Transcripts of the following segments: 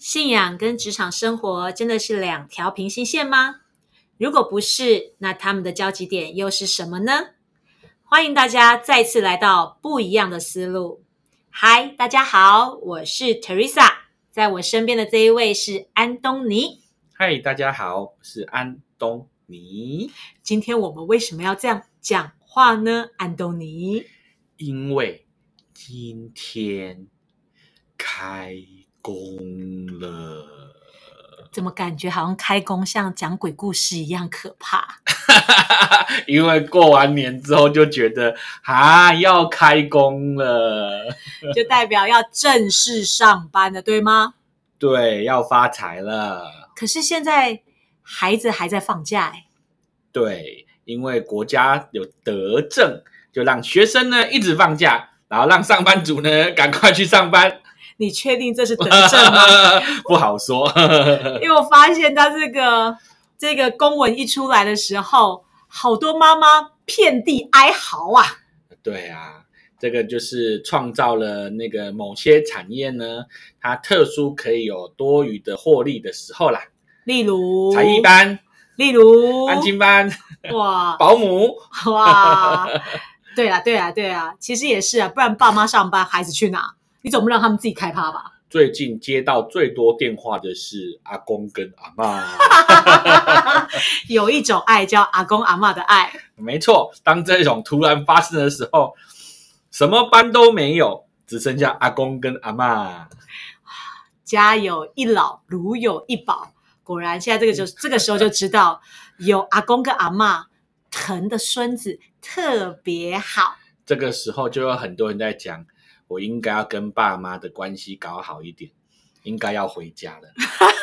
信仰跟职场生活真的是两条平行线吗？如果不是，那他们的交集点又是什么呢？欢迎大家再次来到不一样的思路。嗨，大家好，我是 Teresa， 在我身边的这一位是安东尼。 嗨，大家好，我是安东尼。 今天我们为什么要这样讲话呢？安东尼， 因为今天开工了。 怎么感觉好像开工像讲鬼故事一样可怕？ 因为过完年之后就觉得要开工了， 就代表要正式上班了，对吗？ 对，要发财了。 可是现在孩子还在放假对，因为国家有德政，就让学生呢一直放假，然后让上班族呢赶快去上班。 你确定这是德政吗？ 不好说。 因为我发现他这个公文一出来的时候，好多妈妈遍地哀嚎啊。 对啊，这个就是创造了那个某些产业呢，它特殊可以有多余的获利的时候啦。 例如才艺班， 例如安亲班， 哇保姆， 哇，对啊，其实也是啊，不然爸妈上班，孩子去哪？你总不让他们自己开趴吧？ 最近接到最多电话的是阿公跟阿嬷。 有一种爱叫阿公阿嬷的爱。 没错，当这种突然发生的时候，什么班都没有，只剩下阿公跟阿嬷。 家有一老，如有一宝。果然，现在这个时候就知道，有阿公跟阿嬷疼的孙子特别好。 这个时候就有很多人在讲，我应该要跟爸妈的关系搞好一点，应该要回家了。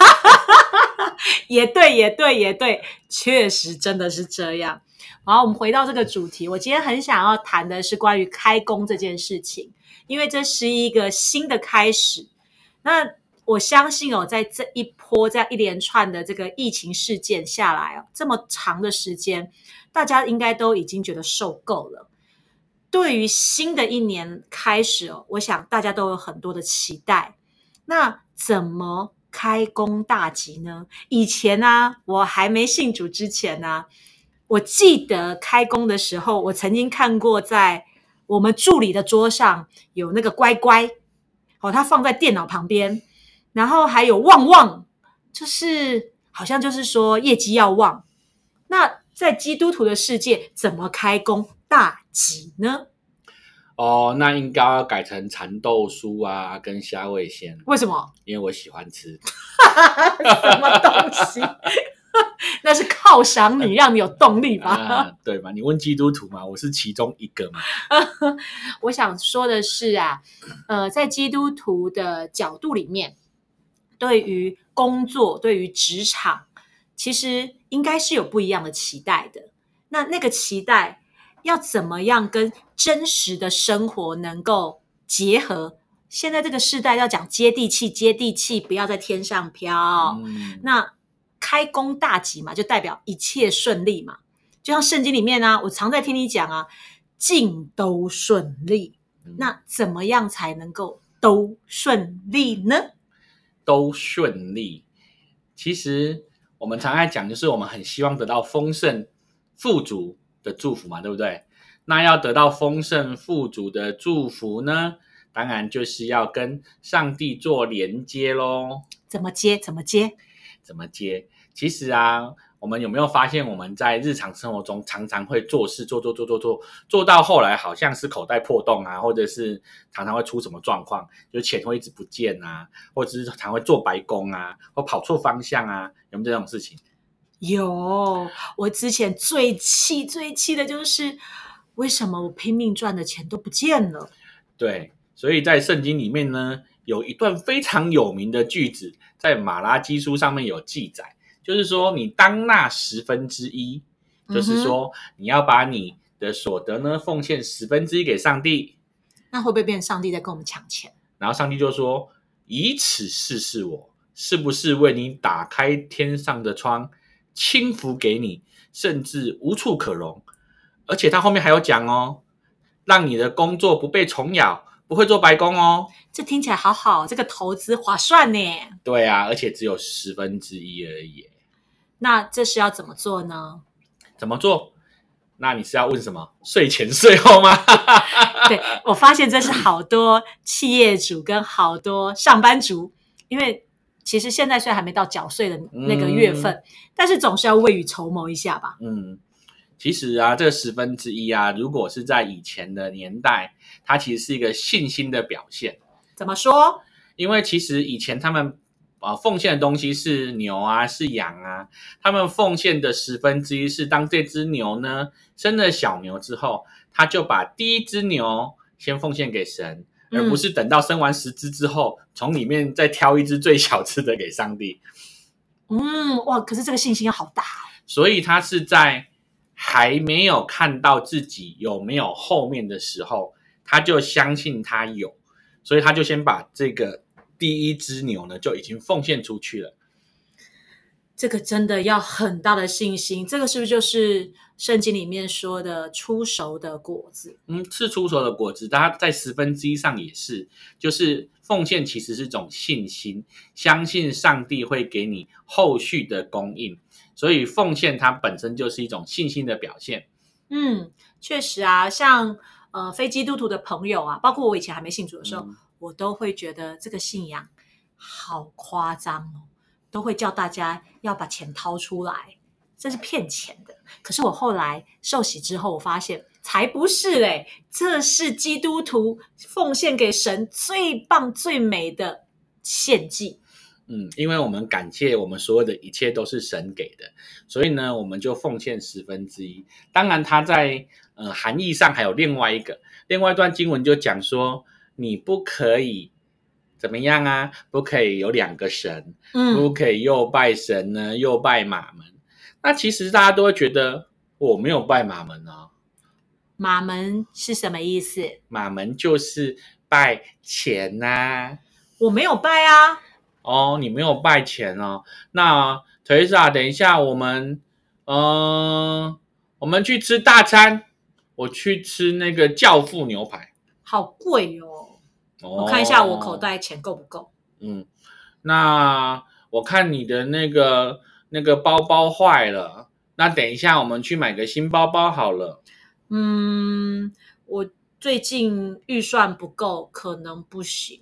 也对，确实真的是这样。然后我们回到这个主题，我今天很想要谈的是关于开工这件事情，因为这是一个新的开始。那我相信在这一波这样一连串的这个疫情事件下来这么长的时间，大家应该都已经觉得受够了。对于新的一年开始我想大家都有很多的期待。那怎么开工大吉呢？以前我还没信主之前我记得开工的时候，我曾经看过在我们助理的桌上有那个乖乖，它放在电脑旁边，然后还有旺旺，就是好像就是说业绩要旺。那在基督徒的世界，怎么开工大吉呢？ 那应该要改成蚕豆酥啊，跟虾味鲜。 为什么？ 因为我喜欢吃。 什么东西？那是犒赏你，让你有动力吧？ 对吧？你问基督徒嘛，我是其中一个嘛。 我想说的是在基督徒的角度里面，对于工作，对于职场，其实应该是有不一样的期待的。那个期待要怎么样跟真实的生活能够结合？现在这个世代要讲接地气，不要在天上飘。那开工大吉嘛，就代表一切顺利嘛。就像圣经里面我常在听你讲尽都顺利。那怎么样才能够都顺利呢？ 都顺利，其实我们常在讲，就是我们很希望得到丰盛富足的祝福嘛，对不对？那要得到丰盛富足的祝福呢，当然就是要跟上帝做连接咯。 怎么接？ 其实我们有没有发现我们在日常生活中常常会做事做到后来好像是口袋破洞或者是常常会出什么状况，就钱会一直不见或者是常会做白工或跑错方向有没有这种事情？ 有，我之前最气的就是为什么我拼命赚的钱都不见了？ 对，所以在圣经里面呢，有一段非常有名的句子，在马拉基书上面有记载，就是说你当纳1/10，就是说你要把你的所得呢奉献1/10给上帝。 那会不会变成上帝在跟我们抢钱？ 然后上帝就说，以此试试我是不是为你打开天上的窗，倾福给你，甚至无处可容。而且他后面还有讲让你的工作不被虫咬， 不会做白工哦。 这听起来好好，这个投资划算呢。 对啊，而且只有1/10而已。 那这是要怎么做呢？ 怎么做？那你是要问什么？税前税后吗？ 对，我发现这是好多企业主跟好多上班族，因为其实现在虽然还没到缴税的那个月份，但是总是要未雨绸缪一下吧。 其实啊，这1/10啊，如果是在以前的年代，它其实是一个信心的表现。 怎么说？ 因为其实以前他们奉献的东西是牛啊，是羊啊，他们奉献的1/10是当这只牛呢生了小牛之后，他就把第一只牛先奉献给神，而不是等到生完10只之后，从里面再挑一只最小只的给上帝。 哇，可是这个信心要好大。 所以他是在还没有看到自己有没有后面的时候，他就相信他有，所以他就先把这个第一只牛呢就已经奉献出去了。 这个真的要很大的信心，这个是不是就是圣经里面说的出熟的果子？ 是出熟的果子，它在1/10上也是，就是奉献其实是种信心，相信上帝会给你后续的供应，所以奉献它本身就是一种信心的表现。 确实啊，像非基督徒的朋友啊，包括我以前还没信主的时候，我都会觉得这个信仰好夸张哦，都会叫大家要把钱掏出来，这是骗钱的。可是我后来受洗之后，我发现才不是嘞，这是基督徒奉献给神最棒最美的献祭。 因为我们感谢我们所有的一切都是神给的，所以呢，我们就奉献1/10。当然，它在含义上还有另外一段经文就讲说，你不可以怎么样啊？不可以有2个神，不可以又拜神呢，又拜马门。那其实大家都会觉得我没有拜马门啊。 马门是什么意思？ 马门就是拜钱啊。 我没有拜啊。 你没有拜钱哦。那 Teresa， 等一下我们去吃大餐，我去吃那个教父牛排， 好贵哦。我看一下我口袋钱够不够。 那我看你的那个包包坏了，那等一下我们去买个新包包好了。 我最近预算不够，可能不行。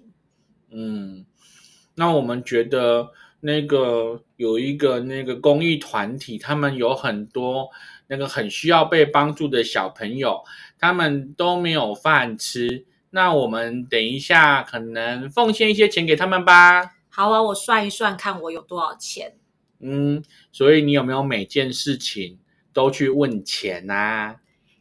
那我们觉得那个有一个那个公益团体，他们有很多那个很需要被帮助的小朋友，他们都没有饭吃，那我们等一下可能奉献一些钱给他们吧。 好啊，我算一算看我有多少钱。 所以你有没有每件事情都去问钱啊？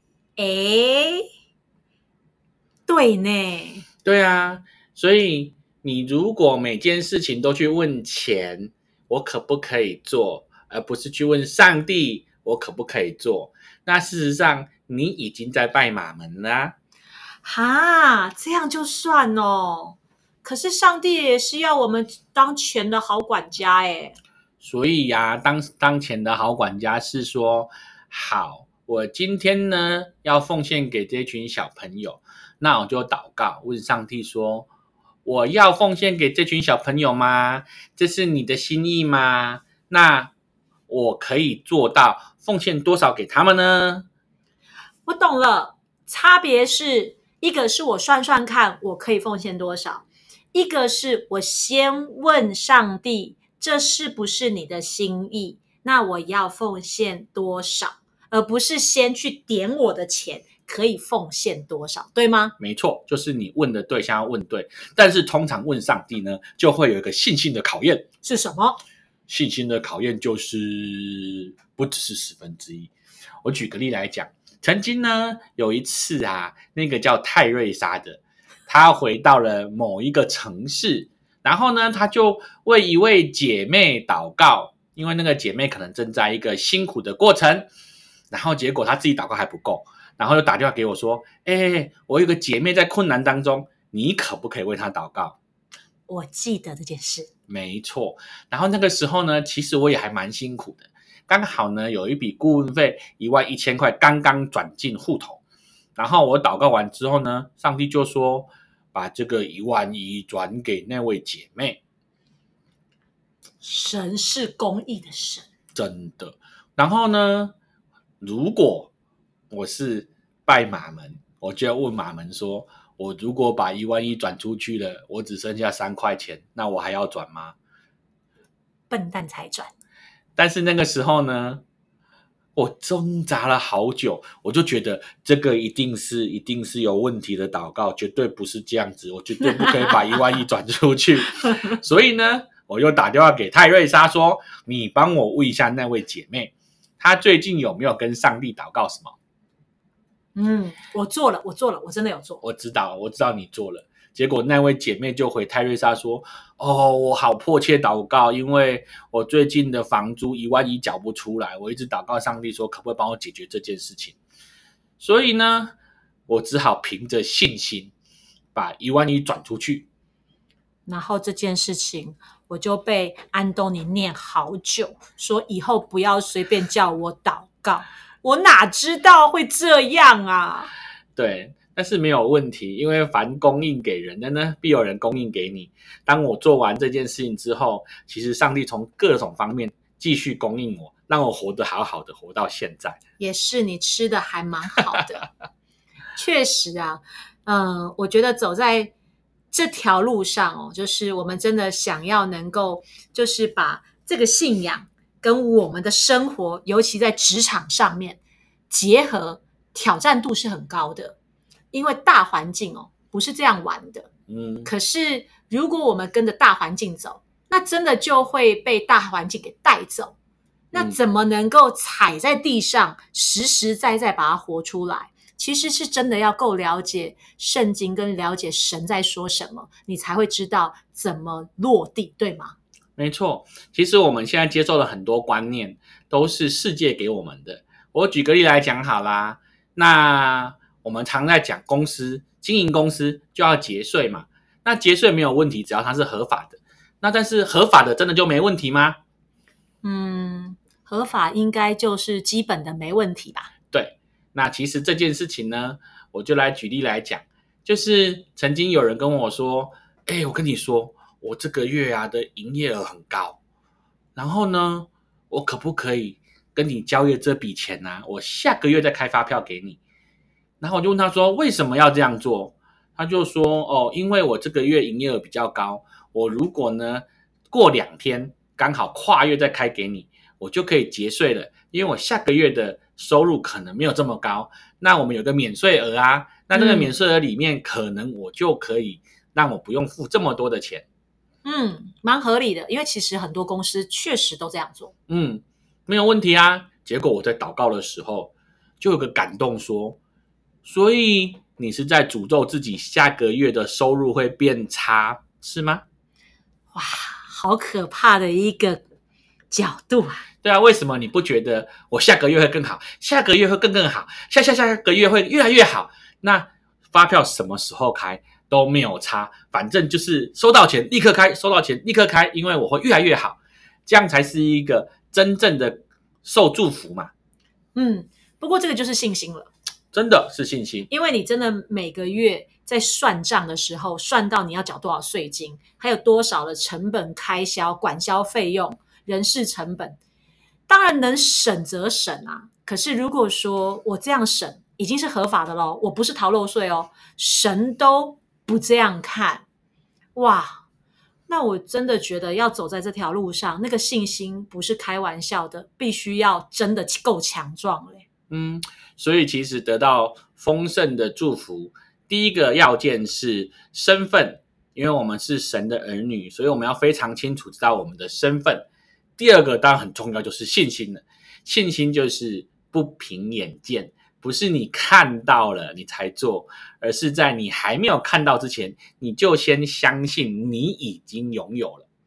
对呢。 对啊，所以你如果每件事情都去问钱，我可不可以做，而不是去问上帝，我可不可以做，那事实上你已经在拜马门啦。 这样就算哦。可是上帝也是要我们当钱的好管家耶。 所以呀，当钱的好管家是说，好，我今天呢要奉献给这群小朋友，那我就祷告问上帝说，我要奉献给这群小朋友吗？这是你的心意吗？那我可以做到奉献多少给他们呢？ 我懂了，差别是一个是我算算看我可以奉献多少，一个是我先问上帝，这是不是你的心意？那我要奉献多少，而不是先去点我的钱可以奉献多少，对吗？ 没错，就是你问的对象要问对，但是通常问上帝呢，就会有一个信心的考验。 是什么？ 信心的考验就是不只是1/10。我举个例来讲，曾经呢有一次啊，那个叫泰瑞莎的，他回到了某一个城市，然后呢他就为一位姐妹祷告，因为那个姐妹可能正在一个辛苦的过程，然后结果他自己祷告还不够，然后就打电话给我说，我有个姐妹在困难当中，你可不可以为她祷告？ 我记得这件事。 没错。然后那个时候呢，其实我也还蛮辛苦的，刚好呢有一笔顾问费11000块刚刚转进户头，然后我祷告完之后呢，上帝就说， 把这个11000转给那位姐妹。 神是公义的神， 真的。然后呢，如果我是拜马门，我就要问马门说，我如果把11000转出去了，我只剩下3块钱，那我还要转吗？ 笨蛋才转。 但是那个时候呢，我挣扎了好久，我就觉得这个一定是有问题的祷告，绝对不是这样子，我绝对不可以把11000转出去。所以呢，我又打电话给泰瑞莎说，你帮我问一下那位姐妹，她最近有没有跟上帝祷告什么？ 我做了，我真的有做。 我知道你做了。结果那位姐妹就回泰瑞莎说，我好迫切祷告，因为我最近的房租11000缴不出来，我一直祷告上帝说可不可以帮我解决这件事情。所以呢，我只好凭着信心把11000转出去。 然后这件事情我就被安东尼念好久，说以后不要随便叫我祷告，我哪知道会这样啊。 对，但是没有问题，因为凡供应给人的呢，必有人供应给你。当我做完这件事情之后，其实上帝从各种方面继续供应我，让我活得好好的，活到现在。 也是，你吃的还蛮好的。确实啊，我觉得走在这条路上就是我们真的想要能够，就是把这个信仰跟我们的生活，尤其在职场上面结合，挑战度是很高的。因为大环境不是这样玩的。可是如果我们跟着大环境走，那真的就会被大环境给带走。那怎么能够踩在地上，实实在在把它活出来？其实是真的要够了解圣经跟了解神在说什么，你才会知道怎么落地，对吗？ 没错，其实我们现在接受的很多观念都是世界给我们的。我举个例来讲好啦，那我们常在讲公司经营公司就要节税嘛，那节税没有问题，只要它是合法的。那但是合法的真的就没问题吗？ 合法应该就是基本的没问题吧。 对，那其实这件事情呢，我就来举例来讲，就是曾经有人跟我说，我跟你说，我这个月的营业额很高，然后呢，我可不可以跟你交易这笔钱啊？我下个月再开发票给你。然后我就问他说，为什么要这样做？他就说，因为我这个月营业额比较高，我如果呢过2天刚好跨越再开给你，我就可以节税了，因为我下个月的收入可能没有这么高，那我们有个免税额啊，那这个免税额里面可能我就可以让我不用付这么多的钱。 蛮合理的，因为其实很多公司确实都这样做。 没有问题啊。结果我在祷告的时候就有个感动说，所以你是在诅咒自己下个月的收入会变差，是吗？ 哇，好可怕的一个角度啊。 对啊，为什么你不觉得我下个月会更好，下个月会更好，下个月会越来越好？那发票什么时候开都没有差，反正就是收到钱立刻开，收到钱立刻开，因为我会越来越好，这样才是一个真正的受祝福嘛。 不过这个就是信心了。 真的是信心， 因为你真的每个月在算账的时候，算到你要缴多少税金，还有多少的成本开销、管销费用、人事成本，当然能省则省啊。可是如果说我这样省已经是合法的咯，我不是逃漏税神都不这样看，哇，那我真的觉得要走在这条路上，那个信心不是开玩笑的，必须要真的够强壮嘞。 所以其实得到丰盛的祝福，第一个要件是身份，因为我们是神的儿女，所以我们要非常清楚知道我们的身份。第二个当然很重要，就是信心了。信心就是不凭眼见，不是你看到了你才做，而是在你还没有看到之前，你就先相信你已经拥有了。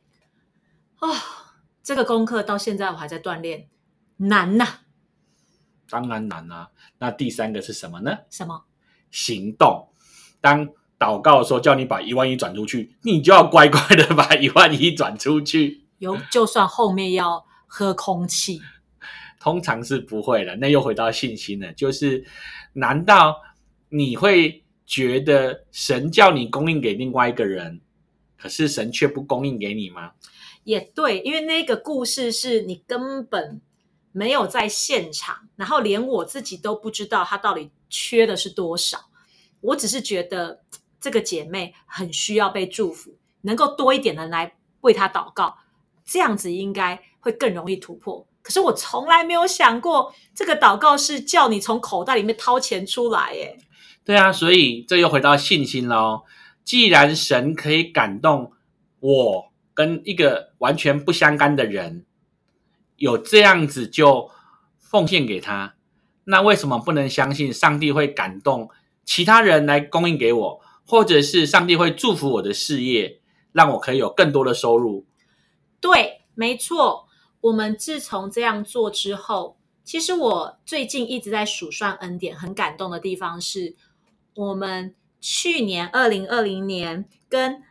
这个功课到现在我还在锻炼，难呐。 当然难啊。那第三个是什么呢？ 什么？ 行动。当祷告的时候叫你把11000转出去，你就要乖乖的把11000转出去。 就算后面要喝空气， 通常是不会的。那又回到信心了，就是难道你会觉得神叫你供应给另外一个人，可是神却不供应给你吗？ 也对，因为那个故事是你根本没有在现场，然后连我自己都不知道他到底缺的是多少。我只是觉得这个姐妹很需要被祝福，能够多一点人来为她祷告，这样子应该会更容易突破。可是我从来没有想过，这个祷告是叫你从口袋里面掏钱出来耶。 对啊，所以这又回到信心咯。既然神可以感动我跟一个完全不相干的人，有这样子就奉献给他，那为什么不能相信上帝会感动其他人来供应给我，或者是上帝会祝福我的事业，让我可以有更多的收入？ 对，没错。我们自从这样做之后，其实我最近一直在数算恩典，很感动的地方是，我们去年2020年跟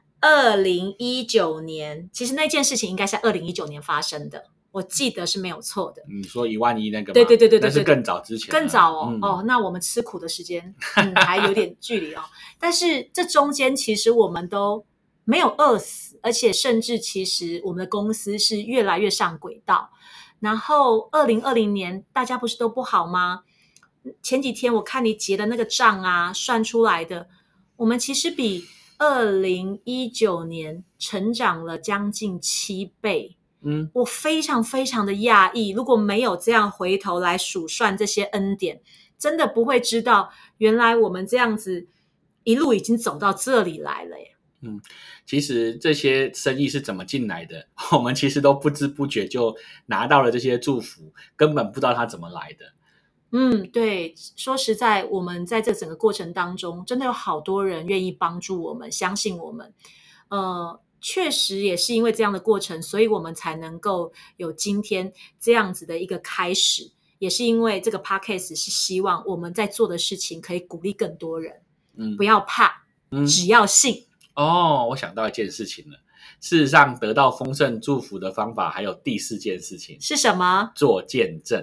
2019年，其实那件事情应该是2019年发生的，我记得是没有错的。 你说11000那个吗？ 对对对对对， 那是更早之前， 更早哦。那我们吃苦的时间还有点距离哦。但是这中间其实我们都没有饿死，而且甚至其实我们的公司是越来越上轨道。然后2020年大家不是都不好吗？前几天我看你结的那个账啊，算出来的，我们其实比2019年成长了将近7倍。我非常非常的讶异，如果没有这样回头来数算这些恩典，真的不会知道原来我们这样子一路已经走到这里来了耶。 其实这些生意是怎么进来的，我们其实都不知不觉就拿到了这些祝福，根本不知道它怎么来的。 对，说实在，我们在这整个过程当中，真的有好多人愿意帮助我们，相信我们。确实也是因为这样的过程，所以我们才能够有今天这样子的一个开始。也是因为这个 podcast 是希望我们在做的事情可以鼓励更多人。不要怕，只要信。 我想到一件事情了。事实上，得到丰盛祝福的方法还有第4件事情， 是什么？ 做见证。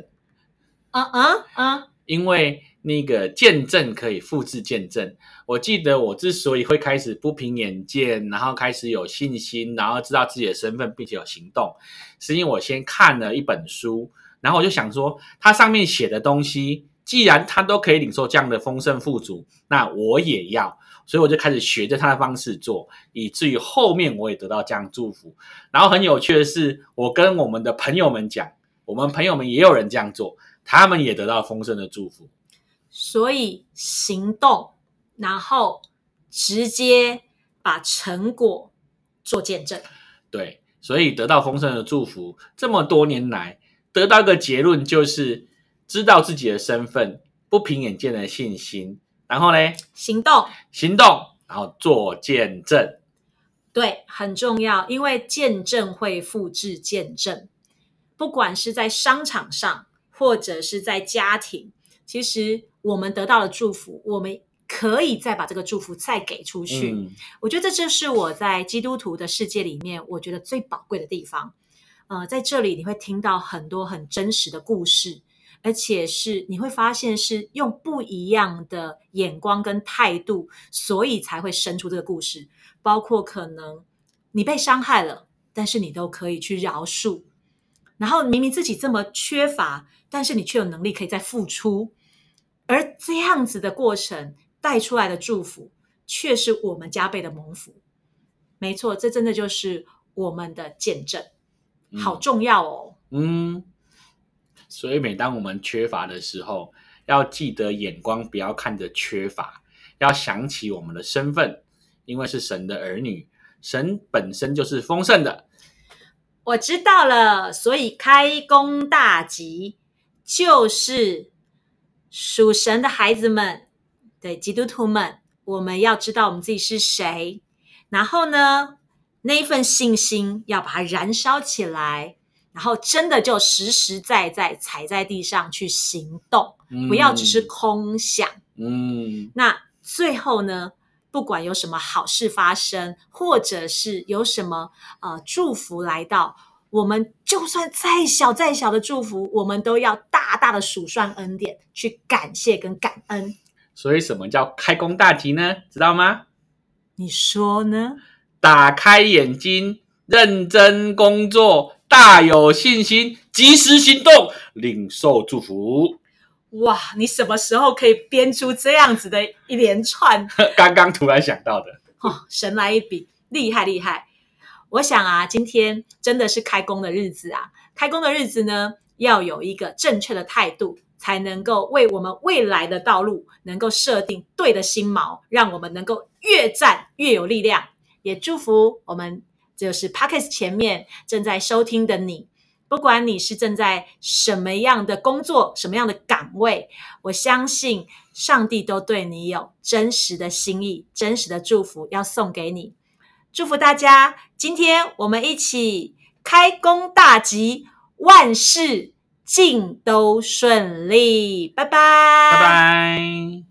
因为那个见证可以复制见证。我记得我之所以会开始不凭眼见，然后开始有信心，然后知道自己的身份并且有行动，是因为我先看了一本书，然后我就想说，它上面写的东西既然他都可以领受这样的丰盛富足，那我也要，所以我就开始学着他的方式做，以至于后面我也得到这样祝福。然后很有趣的是，我跟我们的朋友们讲，我们朋友们也有人这样做，他们也得到丰盛的祝福。 所以行动，然后直接把成果做见证。 对，所以得到丰盛的祝福，这么多年来得到一个结论，就是知道自己的身份，不凭眼见的信心，然后呢， 行动， 然后做见证。 对，很重要，因为见证会复制见证。不管是在商场上，或者是在家庭，其实我们得到了祝福，我们可以再把这个祝福再给出去。我觉得这就是我在基督徒的世界里面，我觉得最宝贵的地方。在这里你会听到很多很真实的故事，而且是你会发现是用不一样的眼光跟态度，所以才会生出这个故事。包括可能你被伤害了，但是你都可以去饶恕，然后明明自己这么缺乏，但是你却有能力可以再付出，而这样子的过程带出来的祝福，却是我们加倍的蒙福。没错，这真的就是我们的见证，好重要哦。 所以每当我们缺乏的时候，要记得眼光不要看着缺乏，要想起我们的身份，因为是神的儿女，神本身就是丰盛的。 我知道了，所以开工大吉就是属神的孩子们，对，基督徒们，我们要知道我们自己是谁，然后呢，那一份信心要把它燃烧起来，然后真的就实实在在踩在地上去行动，不要只是空想。那最后呢，不管有什么好事发生，或者是有什么祝福来到，我们就算再小再小的祝福，我们都要大大的数算恩典，去感谢跟感恩。 所以什么叫开工大吉呢？知道吗？ 你说呢？ 打开眼睛，认真工作，大有信心，及时行动，领受祝福。 哇，你什么时候可以编出这样子的一连串？ 刚刚突然想到的。 神来一笔，厉害厉害！我想啊，今天真的是开工的日子啊。开工的日子呢，要有一个正确的态度，才能够为我们未来的道路能够设定对的心锚，让我们能够越战越有力量。也祝福我们就是 Podcast 前面正在收听的你，不管你是正在什么样的工作，什么样的岗位，我相信上帝都对你有真实的心意，真实的祝福要送给你。祝福大家，今天我们一起开工大吉，万事尽都顺利，拜拜， 拜拜。